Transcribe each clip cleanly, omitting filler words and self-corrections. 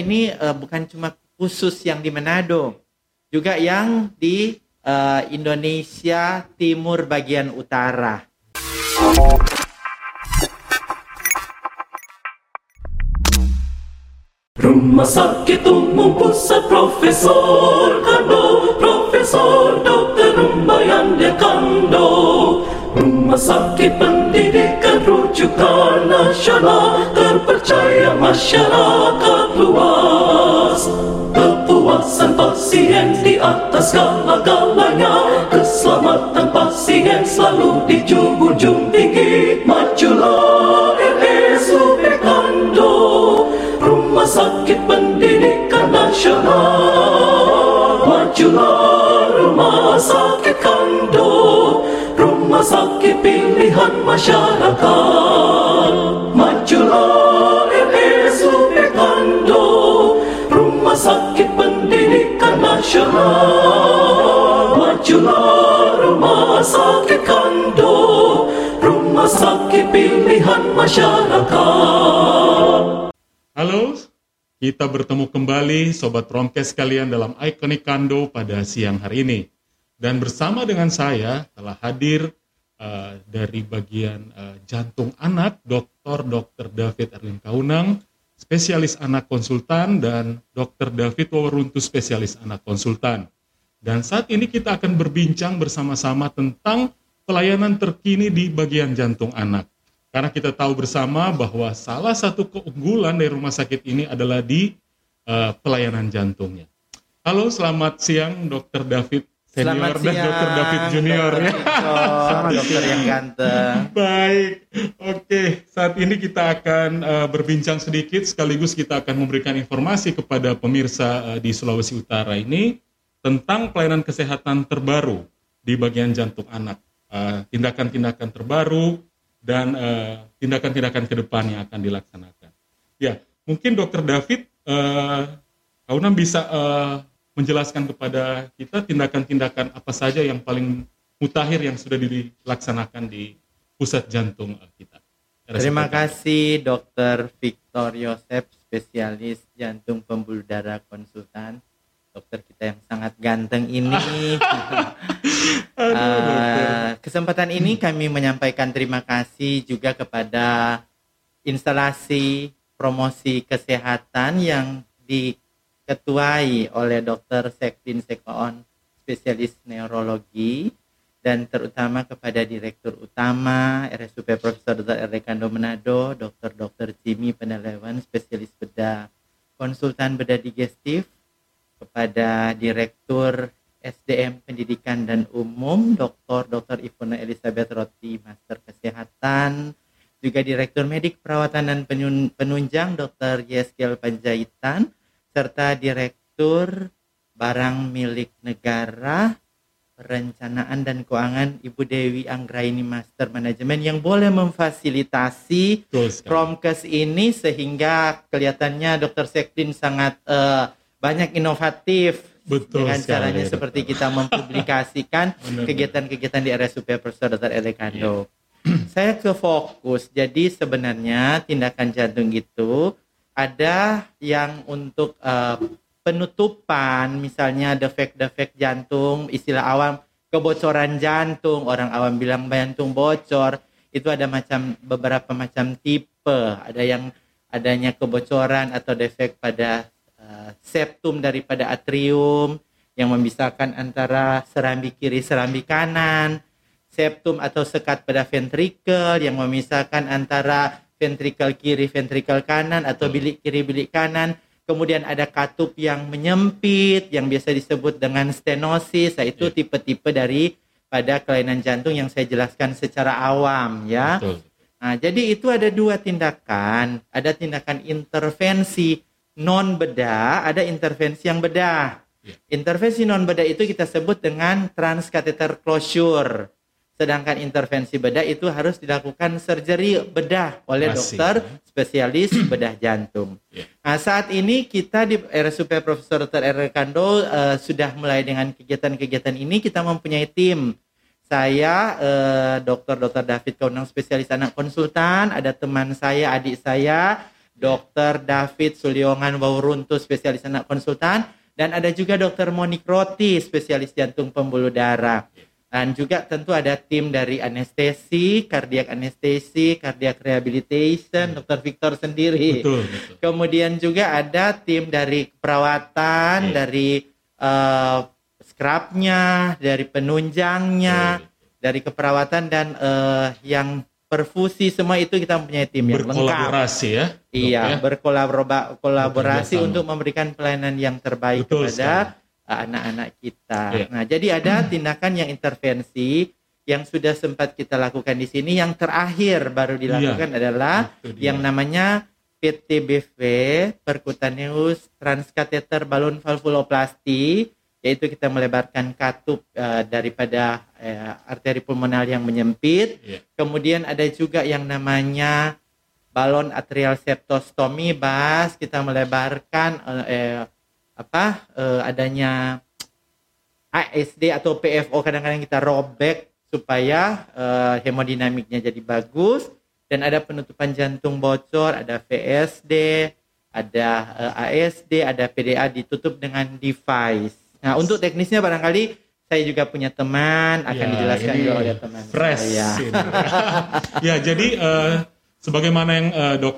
ini bukan cuma khusus yang di Manado, juga yang di Indonesia Timur bagian utara. Rumah Sakit Umum Pusat Profesor Dr. Rumbayan Dekando. Rumah Sakit Pendidikan Rujukan Nasional, terpercaya masyarakat luas. Kepuasan pasien di atas segala-galanya, keselamatan pasien selalu dijunjung tinggi. Majulah RSUP Kando, Rumah Sakit Pendidikan Nasional. Majulah Rumah Sakit Kando, rumah sakit pilihan masyarakat. Majulah RSUP Kando, Rumah Sakit Pendidikan Nasional. Majulah Rumah Sakit Kando, rumah sakit pilihan masyarakat. Halo, kita bertemu kembali Sobat Promkes sekalian dalam Iconic Kando pada siang hari ini. Dan bersama dengan saya telah hadir dari bagian jantung anak, Dr. David Erlin Kaunang, spesialis anak konsultan, dan Dr. David Waweruntu, spesialis anak konsultan. Dan saat ini kita akan berbincang bersama-sama tentang pelayanan terkini di bagian jantung anak. Karena kita tahu bersama bahwa salah satu keunggulan dari rumah sakit ini adalah di pelayanan jantungnya. Halo, selamat siang Dr. David Senior dan Dr. David Junior. Dokter yang ganteng. Baik, oke. Saat ini kita akan berbincang sedikit, sekaligus kita akan memberikan informasi kepada pemirsa di Sulawesi Utara ini tentang pelayanan kesehatan terbaru di bagian jantung anak. Tindakan-tindakan terbaru dan tindakan-tindakan ke depan yang akan dilaksanakan. Ya, mungkin Dr. David, Kaunang bisa menjelaskan kepada kita tindakan-tindakan apa saja yang paling mutakhir yang sudah dilaksanakan di pusat jantung kita. Terima kasih Dr. Victor Yosef, spesialis jantung pembuluh darah konsultan. Dokter kita yang sangat ganteng ini. Kesempatan ini kami menyampaikan terima kasih juga kepada instalasi promosi kesehatan yang diketuai oleh Dr. Sekdin Sekoon, spesialis neurologi, dan terutama kepada Direktur Utama RSUP Profesor Dr. R. Kando Manado, Dr. Jimmy Penelewan, spesialis bedah, konsultan bedah digestif, kepada Direktur SDM Pendidikan dan Umum Dr. Ivona Elizabeth Roti, Master Kesehatan, juga Direktur Medik Perawatan dan Penunjang Dr. Yeskel Panjaitan, serta Direktur Barang Milik Negara Perencanaan dan Keuangan Ibu Dewi Anggraini, Master Manajemen, yang boleh memfasilitasi Promkes ini sehingga kelihatannya Dr. Sekdin sangat banyak inovatif. Betul dengan sekali, caranya ya, seperti kita mempublikasikan kegiatan-kegiatan di RSUP Profesor Dr. R. Kando. Saya ke fokus. Jadi sebenarnya tindakan jantung itu ada yang untuk penutupan, misalnya defek-defek jantung, istilah awam kebocoran jantung, orang awam bilang jantung bocor. Itu ada beberapa macam tipe. Ada yang adanya kebocoran atau defek pada septum daripada atrium yang memisahkan antara serambi kiri serambi kanan, septum atau sekat pada ventrikel yang memisahkan antara ventrikel kiri ventrikel kanan atau bilik kiri bilik kanan. Kemudian ada katup yang menyempit yang biasa disebut dengan stenosis. Itu tipe-tipe daripada kelainan jantung yang saya jelaskan secara awam, ya. Betul. Nah, jadi itu ada dua tindakan. Ada tindakan intervensi non bedah, ada intervensi yang bedah. Intervensi non bedah itu kita sebut dengan transcatheter closure. Sedangkan intervensi bedah itu harus dilakukan surgery bedah oleh dokter spesialis bedah jantung. Nah, saat ini kita di RSUP Profesor Dr. R. Kando sudah mulai dengan kegiatan-kegiatan ini. Kita mempunyai tim. Saya, Dr. David Kaunang, spesialis anak konsultan. Ada teman saya, adik saya, Dr. David Suliongan Wauruntu, spesialis anak konsultan, dan ada juga Dr. Monik Roti, spesialis jantung pembuluh darah. Dan juga tentu ada tim dari anestesi, cardiac rehabilitation, Dr. Victor sendiri. Betul. Kemudian juga ada tim dari perawatan, dari scrubnya, dari penunjangnya, dari keperawatan, dan yang perfusi, semua itu kita mempunyai tim yang lengkap. Berkolaborasi ya. Iya, berkolaborasi Bekerja untuk memberikan pelayanan yang terbaik kepada anak-anak kita. Nah, jadi ada tindakan yang intervensi yang sudah sempat kita lakukan di sini. Yang terakhir baru dilakukan adalah yang namanya PTBV, percutaneous transcatheter balloon valvuloplasty, yaitu kita melebarkan katup daripada arteri pulmonar yang menyempit. Kemudian ada juga yang namanya balon atrial septostomy, BAS, kita melebarkan adanya ASD atau PFO, kadang-kadang kita robek supaya hemodinamiknya jadi bagus. Dan ada penutupan jantung bocor, ada VSD, ada ASD, ada PDA ditutup dengan device. Nah, untuk teknisnya barangkali saya juga punya teman, akan dijelaskan juga oleh teman saya. Ya, jadi sebagaimana yang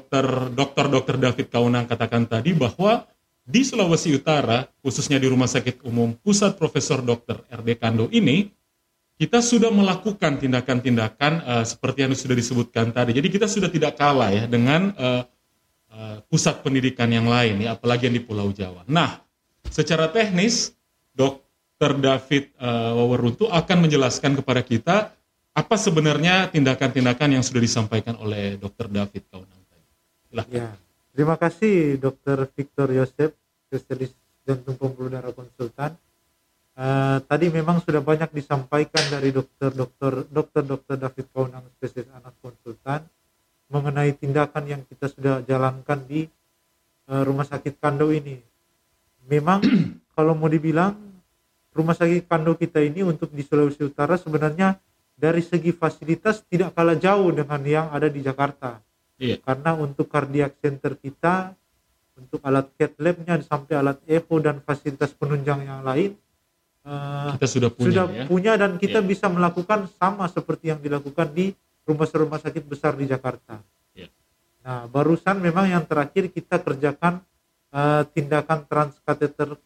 Dr. David Kaunang katakan tadi, bahwa di Sulawesi Utara, khususnya di Rumah Sakit Umum Pusat Profesor Dr. R.D. Kando ini, kita sudah melakukan tindakan-tindakan seperti yang sudah disebutkan tadi. Jadi kita sudah tidak kalah ya dengan pusat pendidikan yang lain, ya, apalagi yang di Pulau Jawa. Nah, secara teknis, Dr. David Wauruntu akan menjelaskan kepada kita apa sebenarnya tindakan-tindakan yang sudah disampaikan oleh Dr. David Kaunang tadi. Silahkan. Ya, terima kasih Dr. Victor Yosef, spesialis jantung pembuluh darah konsultan. Tadi memang sudah banyak disampaikan dari Dr. David Kaunang, spesialis anak konsultan, mengenai tindakan yang kita sudah jalankan di Rumah Sakit Kando ini. Memang kalau mau dibilang Rumah Sakit Kando kita ini untuk di Sulawesi Utara sebenarnya dari segi fasilitas tidak kalah jauh dengan yang ada di Jakarta. Karena untuk cardiac center kita, untuk alat cath lab-nya sampai alat echo dan fasilitas penunjang yang lain, kita sudah punya dan kita bisa melakukan sama seperti yang dilakukan di rumah sakit besar di Jakarta. Nah, barusan memang yang terakhir kita kerjakan tindakan transkateter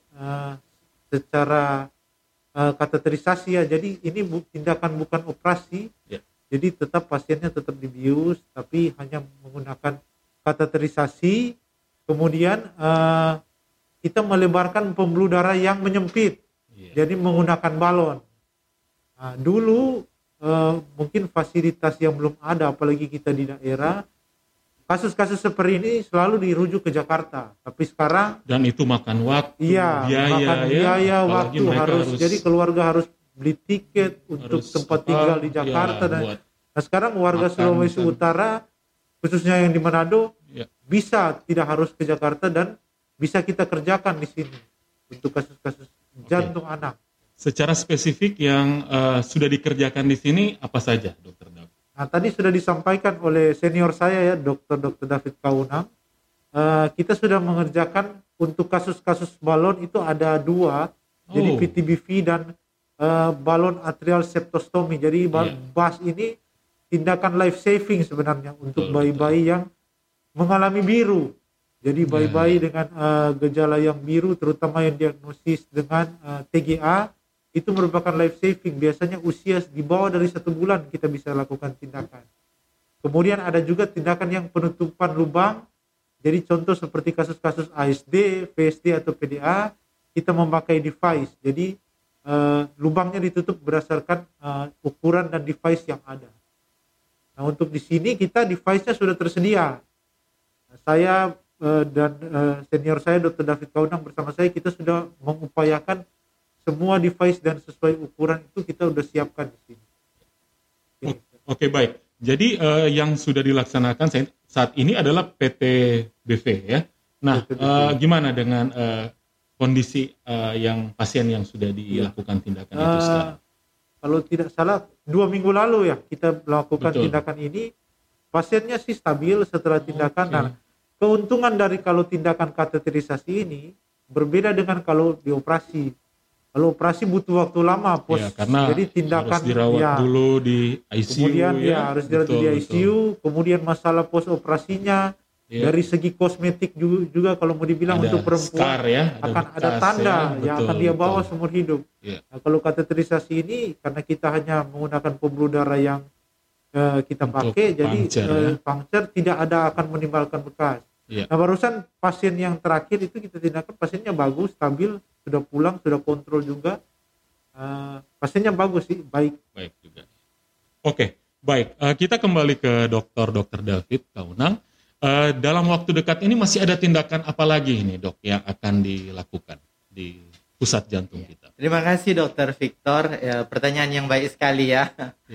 secara kateterisasi ya. Jadi ini tindakan bukan operasi. Jadi tetap pasiennya tetap dibius, tapi hanya menggunakan kateterisasi. Kemudian kita melebarkan pembuluh darah yang menyempit. Jadi menggunakan balon. Nah, dulu mungkin fasilitas yang belum ada, apalagi kita di daerah, kasus-kasus seperti ini selalu dirujuk ke Jakarta. Tapi sekarang dan itu makan waktu, biaya, waktu harus. Jadi keluarga harus beli tiket untuk tempat tinggal di Jakarta nah sekarang warga Sulawesi Utara, khususnya yang di Manado, bisa tidak harus ke Jakarta dan bisa kita kerjakan di sini untuk kasus-kasus jantung anak. Secara spesifik yang sudah dikerjakan di sini apa saja, Dokter David? Nah, tadi sudah disampaikan oleh senior saya ya, Dr. David Kaunang. Kita sudah mengerjakan untuk kasus-kasus balon itu ada 2, jadi PTBV dan balon atrial septostomy. Jadi BAS ini tindakan life saving sebenarnya untuk bayi-bayi yang mengalami biru. Jadi bayi-bayi dengan gejala yang biru, terutama yang diagnosis dengan TGA, itu merupakan life saving. Biasanya usia di bawah dari 1 bulan kita bisa lakukan tindakan. Kemudian ada juga tindakan yang penutupan lubang. Jadi contoh seperti kasus-kasus ASD, VSD atau PDA, kita memakai device. Jadi lubangnya ditutup berdasarkan ukuran dan device yang ada. Nah, untuk di sini kita device-nya sudah tersedia. Saya dan senior saya Dr. David Kaunang bersama saya, kita sudah mengupayakan semua device dan sesuai ukuran itu kita sudah siapkan di sini. Oke, baik. Jadi yang sudah dilaksanakan saat ini adalah PTBV ya. Nah, gimana dengan kondisi yang pasien yang sudah dilakukan tindakan itu sekarang? Kalau tidak salah 2 minggu lalu ya kita melakukan tindakan ini, pasiennya sih stabil setelah tindakan. Nah, keuntungan dari kalau tindakan kateterisasi ini berbeda dengan kalau dioperasi. Kalau operasi butuh waktu lama, karena jadi tindakan harus dirawat dulu di ICU, kemudian harus dirawat di ICU, kemudian masalah post operasinya. Dari segi kosmetik juga kalau mau dibilang ada untuk perempuan scar, akan ada tanda yang akan dia bawa seumur hidup. Nah, kalau kateterisasi ini karena kita hanya menggunakan pembuluh darah yang kita pakai, jadi puncture tidak ada akan menimbulkan bekas. Nah, barusan pasien yang terakhir itu kita tindakan, pasiennya bagus, stabil, sudah pulang, sudah kontrol juga. Pasiennya bagus sih, baik juga. Oke, baik. Kita kembali ke Dr. David Kaunang. Dalam waktu dekat ini masih ada tindakan apa lagi ini, Dok, yang akan dilakukan di pusat jantung kita? Terima kasih Dr. Victor, pertanyaan yang baik sekali ya.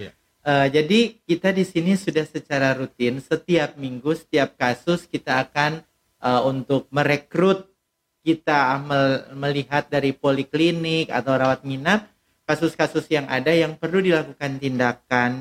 Jadi kita di sini sudah secara rutin setiap minggu, setiap kasus kita akan untuk merekrut, kita melihat dari poliklinik atau rawat inap kasus-kasus yang ada yang perlu dilakukan tindakan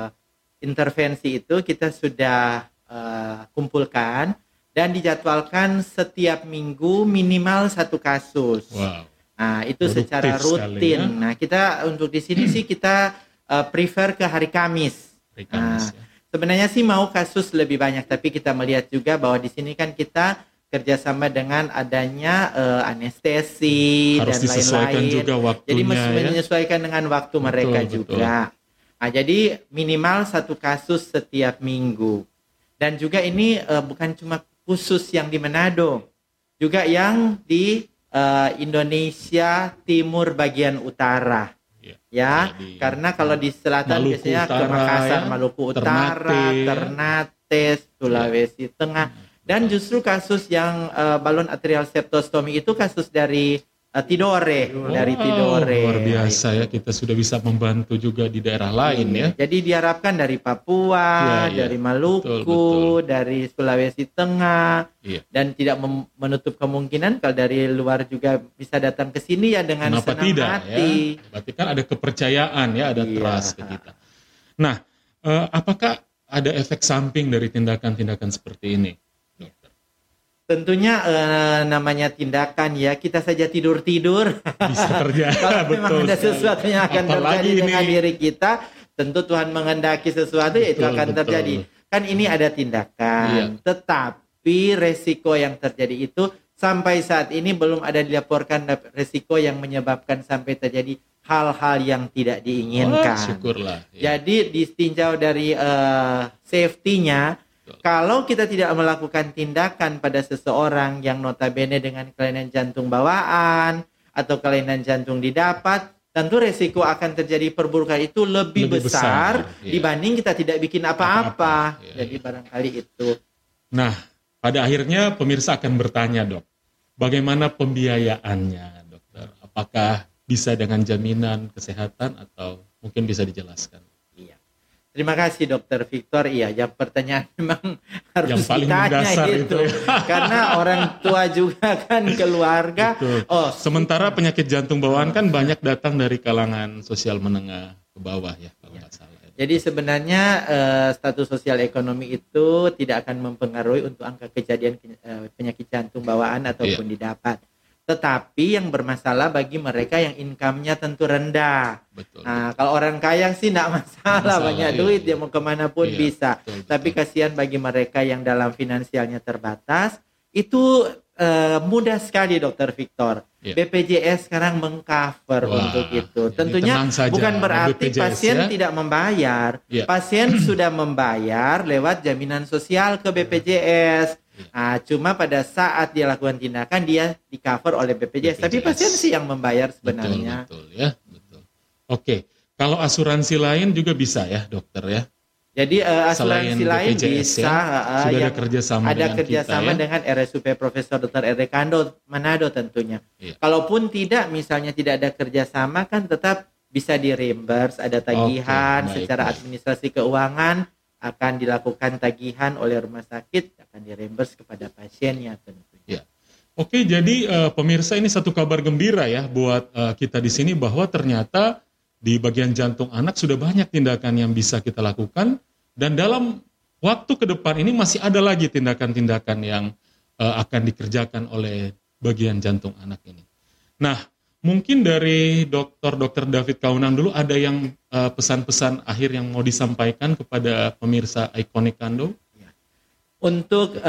intervensi itu kita sudah kumpulkan dan dijadwalkan setiap minggu minimal 1 kasus. Wow. Nah, itu secara rutin. Ya. Nah, kita untuk di sini sih kita prefer ke hari Kamis. Sebenarnya sih mau kasus lebih banyak, tapi kita melihat juga bahwa di sini kan kita kerjasama dengan adanya anestesi harus dan lain-lain. Juga waktunya, jadi menyesuaikan dengan waktu mereka juga. Nah, jadi minimal 1 kasus setiap minggu. Dan juga ini bukan cuma khusus yang di Manado, juga yang di Indonesia Timur bagian utara. Karena kalau di selatan Maluku biasanya Utara, ke Makassar, Maluku Utara, Ternate, Sulawesi Tengah. Dan justru kasus yang balon atrial septostomi itu kasus dari Tidore, dari Tidore. Luar biasa ya, kita sudah bisa membantu juga di daerah lain ya. Jadi diharapkan dari Papua, dari Maluku, betul. Dari Sulawesi Tengah, dan tidak menutup kemungkinan kalau dari luar juga bisa datang ke sini ya dengan senang hati. Ya? Berarti kan ada kepercayaan ya, ada trust ke kita. Nah, apakah ada efek samping dari tindakan-tindakan seperti ini? Tentunya namanya tindakan ya, kita saja tidur-tidur bisa terjadi. Kalau memang ada sesuatu yang akan terjadi dengan diri kita, tentu Tuhan menghendaki sesuatu ya itu akan terjadi. Kan ini ada tindakan, tetapi resiko yang terjadi itu sampai saat ini belum ada dilaporkan resiko yang menyebabkan sampai terjadi hal-hal yang tidak diinginkan. Syukurlah. Jadi ditinjau dari safety-nya. Kalau kita tidak melakukan tindakan pada seseorang yang notabene dengan kelainan jantung bawaan atau kelainan jantung didapat, tentu resiko akan terjadi perburukan itu lebih besar dibanding kita tidak bikin apa-apa. Jadi barangkali itu. Nah, pada akhirnya pemirsa akan bertanya, Dok, bagaimana pembiayaannya, Dokter? Apakah bisa dengan jaminan kesehatan atau mungkin bisa dijelaskan? Terima kasih Dokter Victor. Iya, yang pertanyaan memang harus yang paling ditanya itu. Karena orang tua juga kan keluarga. Sementara penyakit jantung bawaan kan banyak datang dari kalangan sosial menengah ke bawah ya kalau nggak salah. Jadi sebenarnya status sosial ekonomi itu tidak akan mempengaruhi untuk angka kejadian penyakit jantung bawaan ataupun didapat. Tetapi yang bermasalah bagi mereka yang income-nya tentu rendah. Nah, kalau orang kaya sih tidak masalah, banyak duit, dia mau kemana pun bisa. Tapi kasihan bagi mereka yang dalam finansialnya terbatas, itu mudah sekali Dokter Victor. BPJS sekarang mengcover untuk itu. Tentunya bukan berarti BPJS, pasien tidak membayar. Pasien sudah membayar lewat jaminan sosial ke BPJS. Nah, cuma pada saat dia lakukan tindakan dia di cover oleh BPJS. Tapi pasien sih yang membayar sebenarnya. Betul. Oke, kalau asuransi lain juga bisa ya dokter ya? Jadi asuransi lain bisa. Sudah ada kerjasama dengan RSUP Profesor Dr. R.D. Kando Manado tentunya. Kalaupun tidak, misalnya tidak ada kerjasama kan tetap bisa di reimburse, ada tagihan secara administrasi keuangan. Akan dilakukan tagihan oleh rumah sakit, akan direimburse kepada pasiennya tentunya. Oke, jadi pemirsa ini satu kabar gembira ya buat kita di sini bahwa ternyata di bagian jantung anak sudah banyak tindakan yang bisa kita lakukan dan dalam waktu ke depan ini masih ada lagi tindakan-tindakan yang akan dikerjakan oleh bagian jantung anak ini. Nah, mungkin dari Dr. David Kaunang dulu ada yang pesan-pesan akhir yang mau disampaikan kepada pemirsa Iconic Kando? Untuk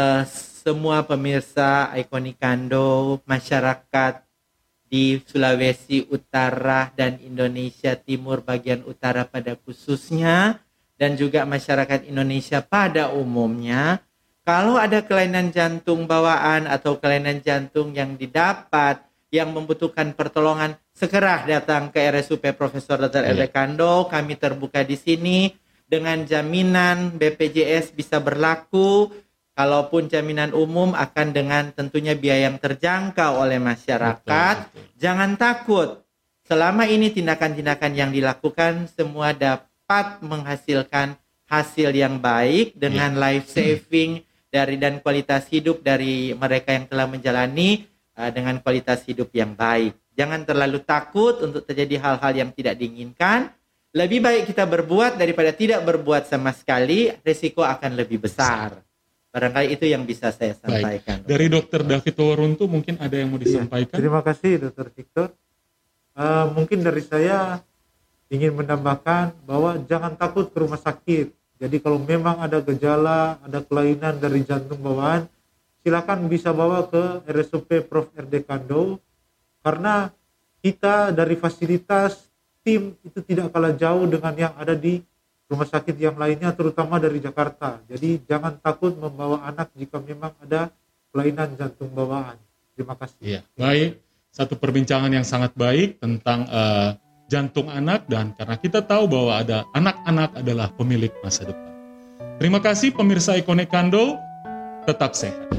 semua pemirsa Iconic Kando, masyarakat di Sulawesi Utara dan Indonesia Timur bagian utara pada khususnya, dan juga masyarakat Indonesia pada umumnya, kalau ada kelainan jantung bawaan atau kelainan jantung yang didapat yang membutuhkan pertolongan, segera datang ke RSUP Profesor Dr. R.D. Kando. Kami terbuka di sini dengan jaminan BPJS bisa berlaku. Kalaupun jaminan umum akan dengan tentunya biaya yang terjangkau oleh masyarakat. Betul. Jangan takut. Selama ini tindakan-tindakan yang dilakukan semua dapat menghasilkan hasil yang baik dengan life saving dan kualitas hidup dari mereka yang telah menjalani dengan kualitas hidup yang baik. Jangan terlalu takut untuk terjadi hal-hal yang tidak diinginkan. Lebih baik kita berbuat daripada tidak berbuat sama sekali, risiko akan lebih besar. Barangkali itu yang bisa saya sampaikan. Baik. Dari Dr. David Wauruntu mungkin ada yang mau disampaikan? Ya, terima kasih Dr. Victor. Mungkin dari saya ingin menambahkan bahwa jangan takut ke rumah sakit. Jadi kalau memang ada gejala, ada kelainan dari jantung bawaan, silakan bisa bawa ke RSUP Prof. R.D. Kando. Karena kita dari fasilitas tim itu tidak kalah jauh dengan yang ada di rumah sakit yang lainnya, terutama dari Jakarta. Jadi jangan takut membawa anak jika memang ada kelainan jantung bawaan. Terima kasih. Iya, baik. Satu perbincangan yang sangat baik tentang jantung anak, dan karena kita tahu bahwa ada anak-anak adalah pemilik masa depan. Terima kasih pemirsa Iconic Kando, tetap sehat.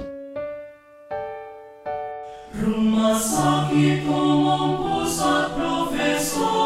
Rumah Sakit Umum Pusat Profesor